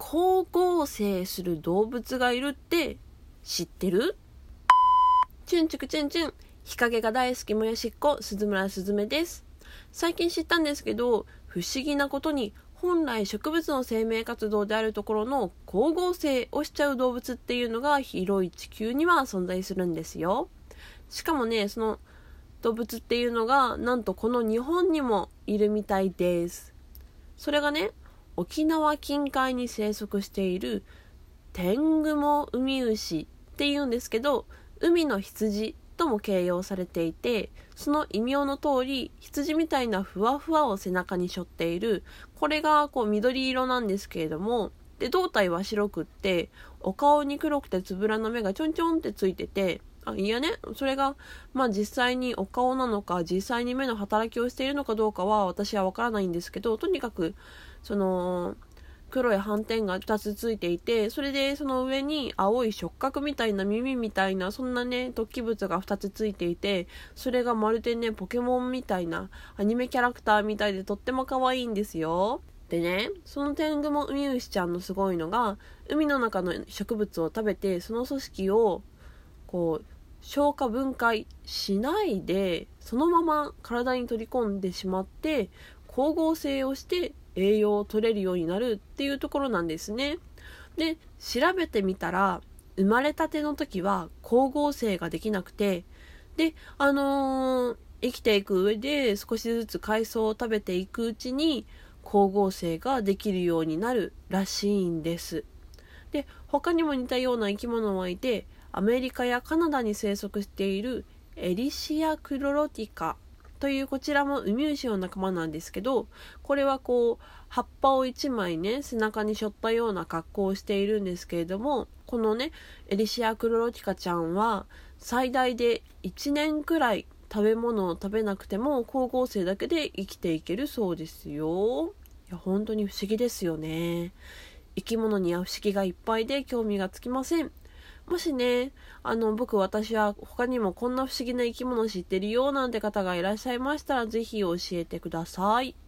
光合成する動物がいるって知ってる？チュンチュクチュンチュン、日陰が大好きもやしっこ鈴村すずめです。最近知ったんですけど、不思議なことに本来植物の生命活動であるところの光合成をしちゃう動物っていうのが広い地球には存在するんですよ。しかもね、その動物っていうのがなんとこの日本にもいるみたいです。それがね、沖縄近海に生息しているテングモウミウシっていうんですけど、海の羊とも形容されていて、その異名の通り羊みたいなふわふわを背中に背負っている、これがこう緑色なんですけれども、で胴体は白くって、お顔に黒くてつぶらな目がちょんちょんってついてて、それが実際にお顔なのか実際に目の働きをしているのかどうかは私はわからないんですけど、とにかくその黒い斑点が2つついていて、それでその上に青い触覚みたいな耳みたいなそんなね突起物が2つついていて、それがまるでねポケモンみたいなアニメキャラクターみたいでとっても可愛いんですよ。でね、そのテングモウミウシちゃんのすごいのが、海の中の植物を食べてその組織をこう消化分解しないでそのまま体に取り込んでしまって光合成をして栄養を取れるようになるっていうところなんですね。で、調べてみたら生まれたての時は光合成ができなくて、で生きていく上で少しずつ海藻を食べていくうちに光合成ができるようになるらしいんです。で、他にも似たような生き物はいて、アメリカやカナダに生息しているエリシアクロロティカというこちらもウミウシの仲間なんですけど、これはこう葉っぱを1枚ね背中に背負ったような格好をしているんですけれども、このねエリシアクロロティカちゃんは最大で1年くらい食べ物を食べなくても光合成だけで生きていけるそうですよ。いや本当に不思議ですよね。生き物には不思議がいっぱいで興味がつきません。もしね、私は他にもこんな不思議な生き物知ってるよなんて方がいらっしゃいましたら、ぜひ教えてください。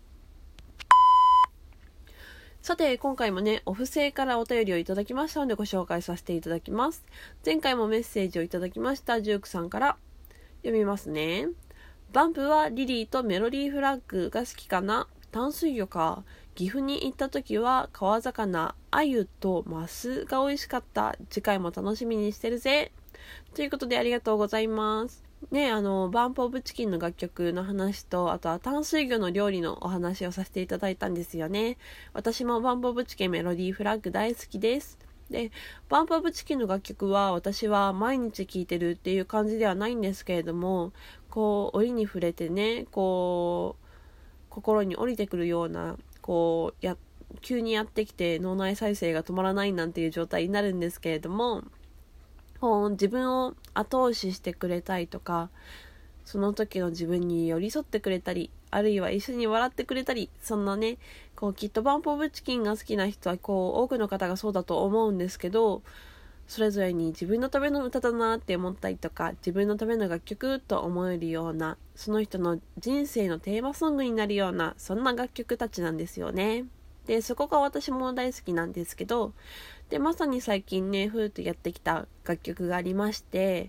さて、今回もね、お布施からお便りをいただきましたのでご紹介させていただきます。前回もメッセージをいただきましたジュークさんから読みますね。バンプはリリーとメロディーフラッグが好きかな。淡水魚か。岐阜に行った時は川魚、鮎とマスが美味しかった。次回も楽しみにしてるぜ。ということでありがとうございます。ね、バンプオブチキンの楽曲の話と、あとは淡水魚の料理のお話をさせていただいたんですよね。私もバンプオブチキンメロディーフラッグ大好きです。で、バンプオブチキンの楽曲は私は毎日聴いてるっていう感じではないんですけれども、こう折に触れてね、こう心に降りてくるような急にやってきて脳内再生が止まらないなんていう状態になるんですけれども、自分を後押ししてくれたりとか、その時の自分に寄り添ってくれたり、あるいは一緒に笑ってくれたり、そんなねきっとバンプオブチキンが好きな人は多くの方がそうだと思うんですけど、それぞれに自分のための歌だなって思ったりとか、自分のための楽曲と思えるような、その人の人生のテーマソングになるような、そんな楽曲たちなんですよね。で、そこが私も大好きなんですけど、でまさに最近ねふーっとやってきた楽曲がありまして、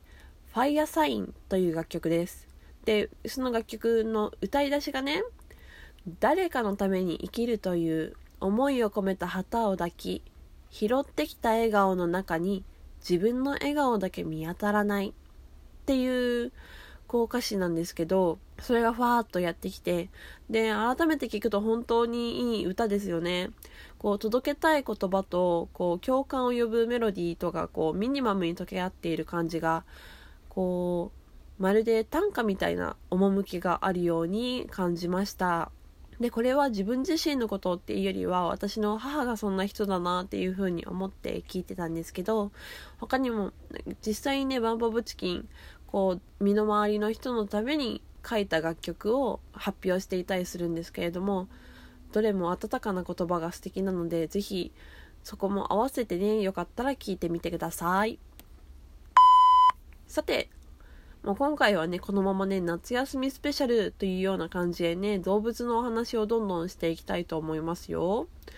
ファイアサインという楽曲です。で、その楽曲の歌い出しがね、誰かのために生きるという思いを込めた旗を抱き、拾ってきた笑顔の中に自分の笑顔だけ見当たらないっていう歌詞なんですけど、それがファーっとやってきて、で改めて聞くと本当にいい歌ですよね。届けたい言葉と共感を呼ぶメロディーとかミニマムに溶け合っている感じがまるで短歌みたいな趣があるように感じました。で、これは自分自身のことっていうよりは、私の母がそんな人だなっていう風に思って聞いてたんですけど、他にも実際にねバンプオブチキン身の回りの人のために書いた楽曲を発表していたりするんですけれども、どれも温かな言葉が素敵なので、ぜひそこも合わせてねよかったら聞いてみてください。さて、もう今回はねこのままね夏休みスペシャルというような感じでね動物のお話をどんどんしていきたいと思いますよ。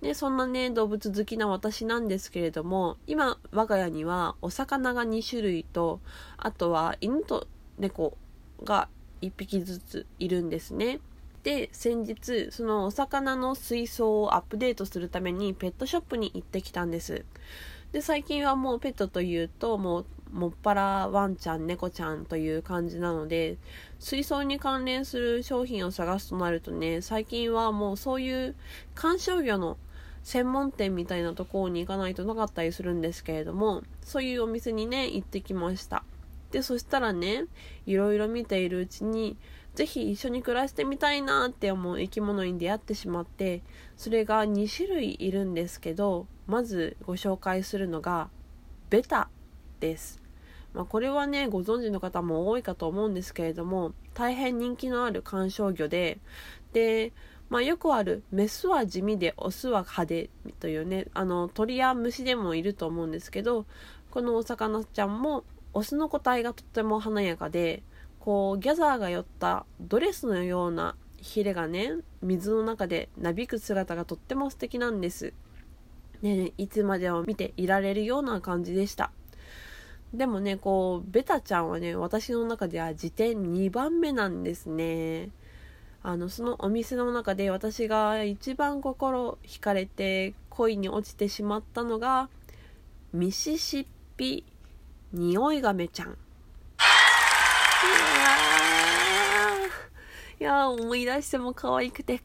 で、そんなね、動物好きな私なんですけれども、今、我が家にはお魚が2種類と、あとは犬と猫が1匹ずついるんですね。で、先日、そのお魚の水槽をアップデートするためにペットショップに行ってきたんです。で、最近はもうペットというと、もっぱらワンちゃん、猫ちゃんという感じなので、水槽に関連する商品を探すとなるとね、最近はもうそういう観賞魚の専門店みたいなところに行かないとなかったりするんですけれども、そういうお店にね、行ってきました。で、そしたらね、いろいろ見ているうちに、ぜひ一緒に暮らしてみたいなって思う生き物に出会ってしまって、それが2種類いるんですけど、まずご紹介するのがベタです。これはね、ご存知の方も多いかと思うんですけれども、大変人気のある観賞魚で、よくあるメスは地味でオスは派手というね、鳥や虫でもいると思うんですけど、このお魚ちゃんもオスの個体がとっても華やかで、ギャザーが寄ったドレスのようなヒレがね、水の中でなびく姿がとっても素敵なんです。ね、いつまでも見ていられるような感じでした。でもね、ベタちゃんはね、私の中では次点2番目なんですね。そのお店の中で私が一番心惹かれて恋に落ちてしまったのが、ミシシッピニオイガメちゃん。いや思い出しても可愛くて。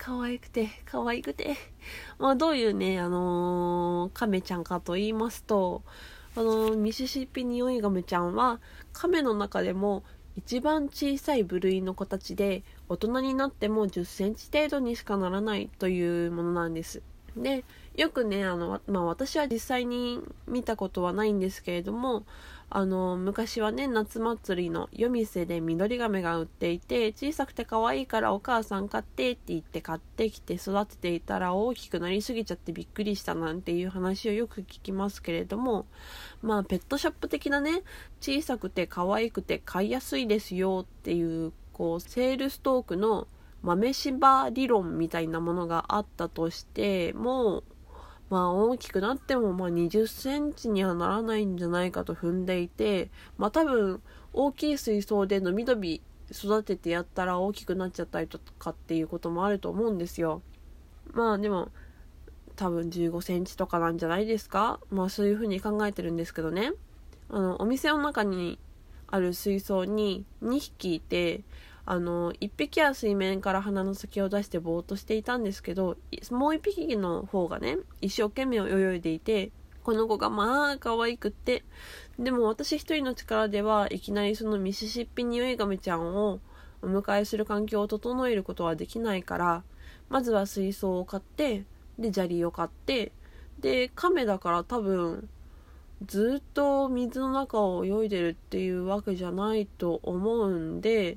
どういうね、カメちゃんかと言いますと、ミシシッピニオイガメちゃんは、カメの中でも一番小さい部類の子たちで、大人になっても10センチ程度にしかならないというものなんです。で、よくね、私は実際に見たことはないんですけれども、昔はね、夏祭りの夜店で緑亀が売っていて、小さくて可愛いからお母さん買ってって言って買ってきて育てていたら大きくなりすぎちゃってびっくりしたなんていう話をよく聞きますけれども、ペットショップ的なね、小さくて可愛くて買いやすいですよっていう、セールストークの豆柴理論みたいなものがあったとしても、大きくなっても20センチにはならないんじゃないかと踏んでいて、多分大きい水槽でのびのび育ててやったら大きくなっちゃったりとかっていうこともあると思うんですよ。でも多分15センチとかなんじゃないですか。そういう風に考えてるんですけどね。お店の中にある水槽に2匹いて、1匹は水面から鼻の先を出してぼーっとしていたんですけど、もう1匹の方がね、一生懸命泳いでいて、この子が可愛くって、でも私一人の力ではいきなりそのミシシッピニオイガメちゃんをお迎えする環境を整えることはできないから、まずは水槽を買って、で砂利を買って、でカメだから多分ずっと水の中を泳いでるっていうわけじゃないと思うんで、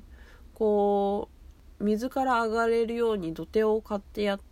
水から上がれるように土手を買ってやって、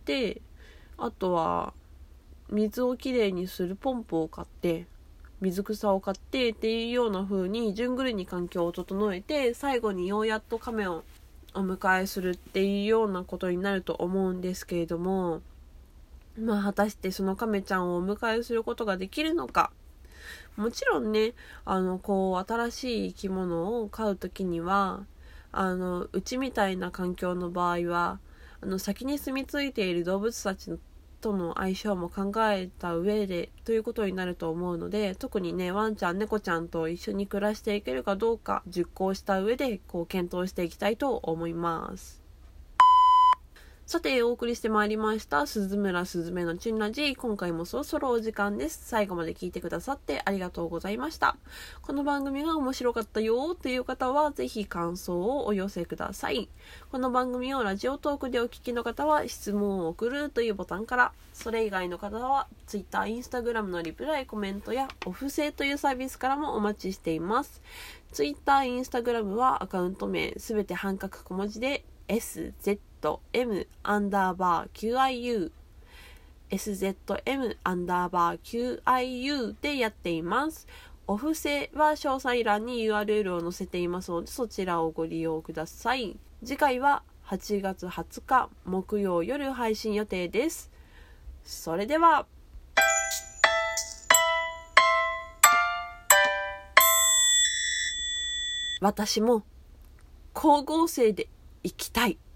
あとは水をきれいにするポンプを買って、水草を買ってっていうような風に順繰りに環境を整えて、最後にようやっとカメをお迎えするっていうようなことになると思うんですけれども、果たしてそのカメちゃんをお迎えすることができるのか。もちろんね、新しい生き物を飼うときには、うちみたいな環境の場合は、先に住み着いている動物たちとの相性も考えた上でということになると思うので、特にね、ワンちゃん、猫ちゃんと一緒に暮らしていけるかどうか熟考した上で検討していきたいと思います。さて、お送りしてまいりました鈴村すずめのチュンラジ。今回もそろそろお時間です。最後まで聞いてくださってありがとうございました。この番組が面白かったよという方はぜひ感想をお寄せください。この番組をラジオトークでお聞きの方は質問を送るというボタンから、それ以外の方は Twitter、Instagram のリプライ、コメントやお布施というサービスからもお待ちしています。Twitter、Instagram はアカウント名すべて半角小文字でSZM_QIU SZM_QIU でやっています。お布施は詳細欄に URL を載せていますので、そちらをご利用ください。次回は8月20日木曜夜配信予定です。 それでは。私も光合成で生きたい。